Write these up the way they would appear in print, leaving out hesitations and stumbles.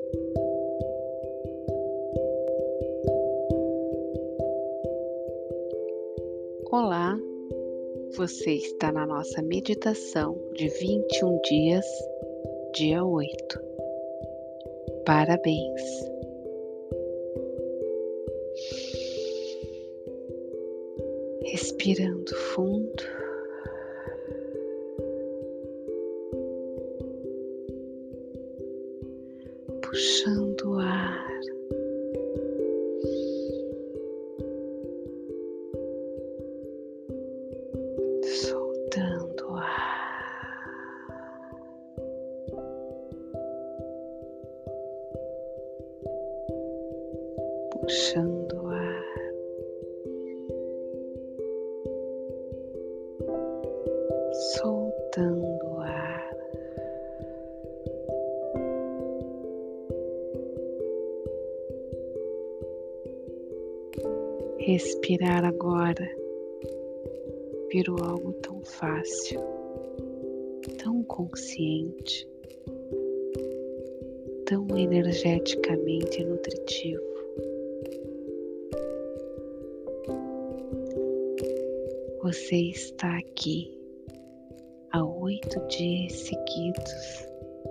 Olá, você está na nossa meditação de 21 dias, dia 8. Parabéns! Respirando fundo, puxando o ar, soltando o ar, puxando o ar, soltando o ar. Respirar agora virou algo tão fácil, tão consciente, tão energeticamente nutritivo. Você está aqui há 8 dias seguidos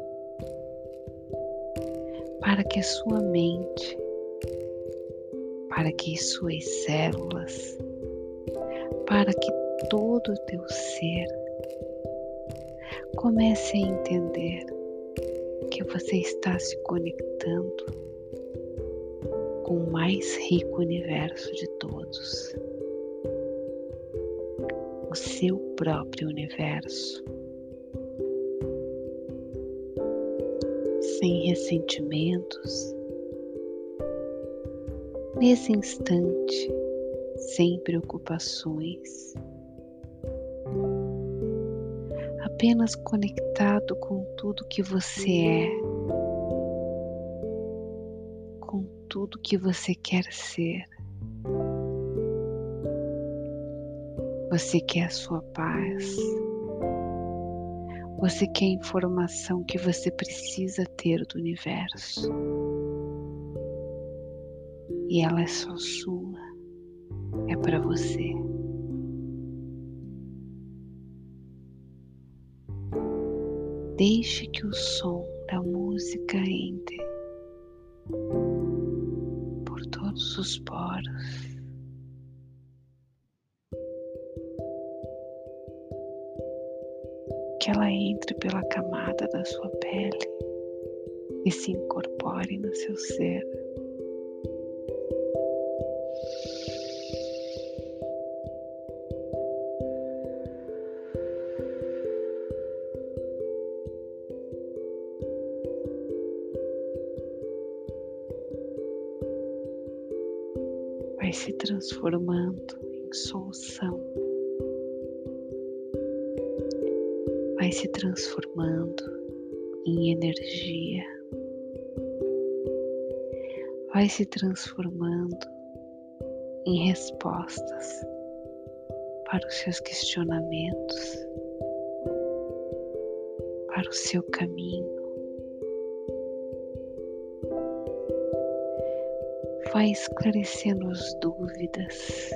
para que a sua mente, para que suas células, para que todo o teu ser comece a entender que você está se conectando com o mais rico universo de todos, o seu próprio universo, sem ressentimentos, nesse instante, sem preocupações, apenas conectado com tudo que você é, com tudo que você quer ser. Você quer a sua paz, você quer a informação que você precisa ter do universo, e ela é só sua, é para você. Deixe que o som da música entre por todos os poros, que ela entre pela camada da sua pele e se incorpore no seu ser. Vai se transformando em solução, vai se transformando em energia, vai se transformando em respostas para os seus questionamentos, para o seu caminho. Vai esclarecendo as dúvidas,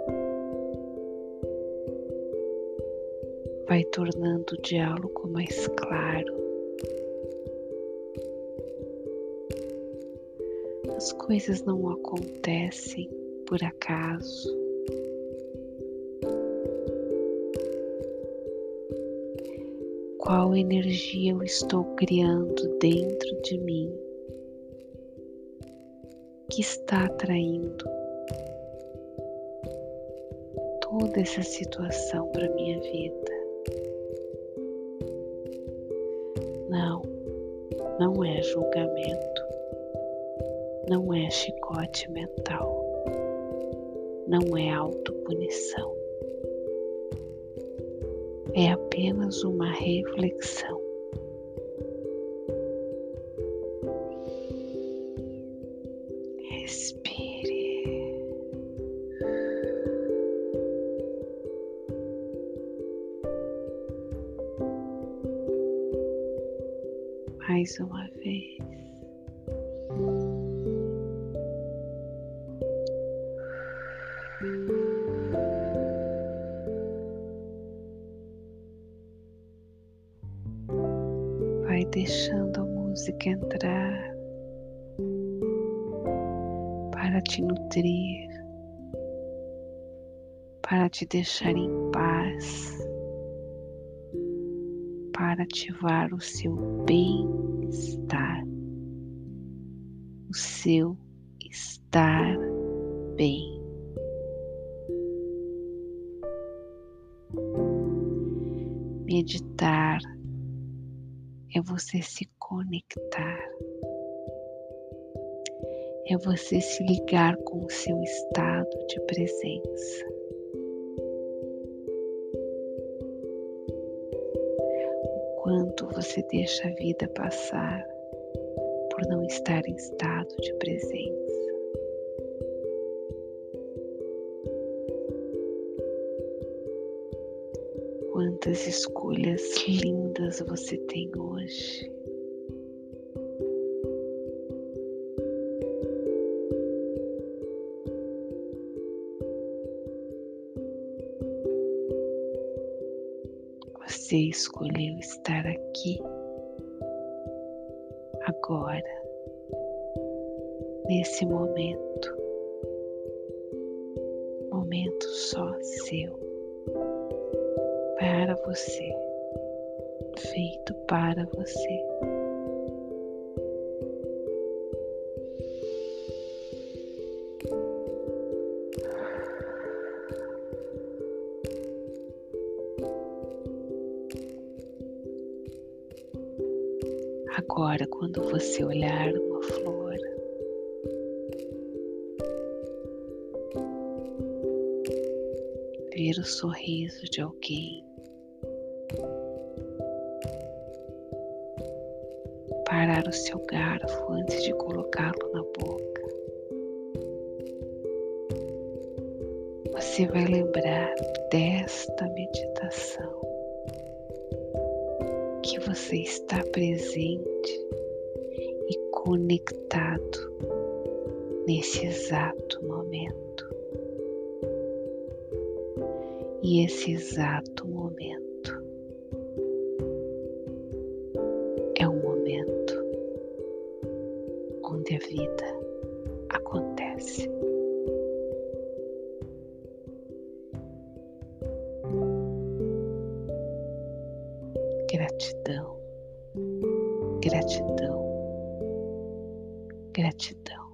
vai tornando o diálogo mais claro. As coisas não acontecem por acaso. Qual energia eu estou criando dentro de mim que está atraindo toda essa situação para minha vida? Não é julgamento, não é chicote mental, não é autopunição. É apenas uma reflexão. Respire. Mais uma vez. que entrar para te nutrir, para te deixar em paz, para ativar o seu bem-estar, o seu estar bem. Meditar é você se conectar, é você se ligar com o seu estado de presença. O quanto você deixa a vida passar por não estar em estado de presença. Quantas escolhas lindas você tem hoje. Você escolheu estar aqui, agora, nesse momento só seu, para você, feito para você. Agora, quando você olhar uma flor, ver o sorriso de alguém, parar o seu garfo antes de colocá-lo na boca, você vai lembrar desta meditação, que você está presente e conectado nesse exato momento. E esse exato momento é um momento onde a vida acontece. Gratidão, gratidão, gratidão.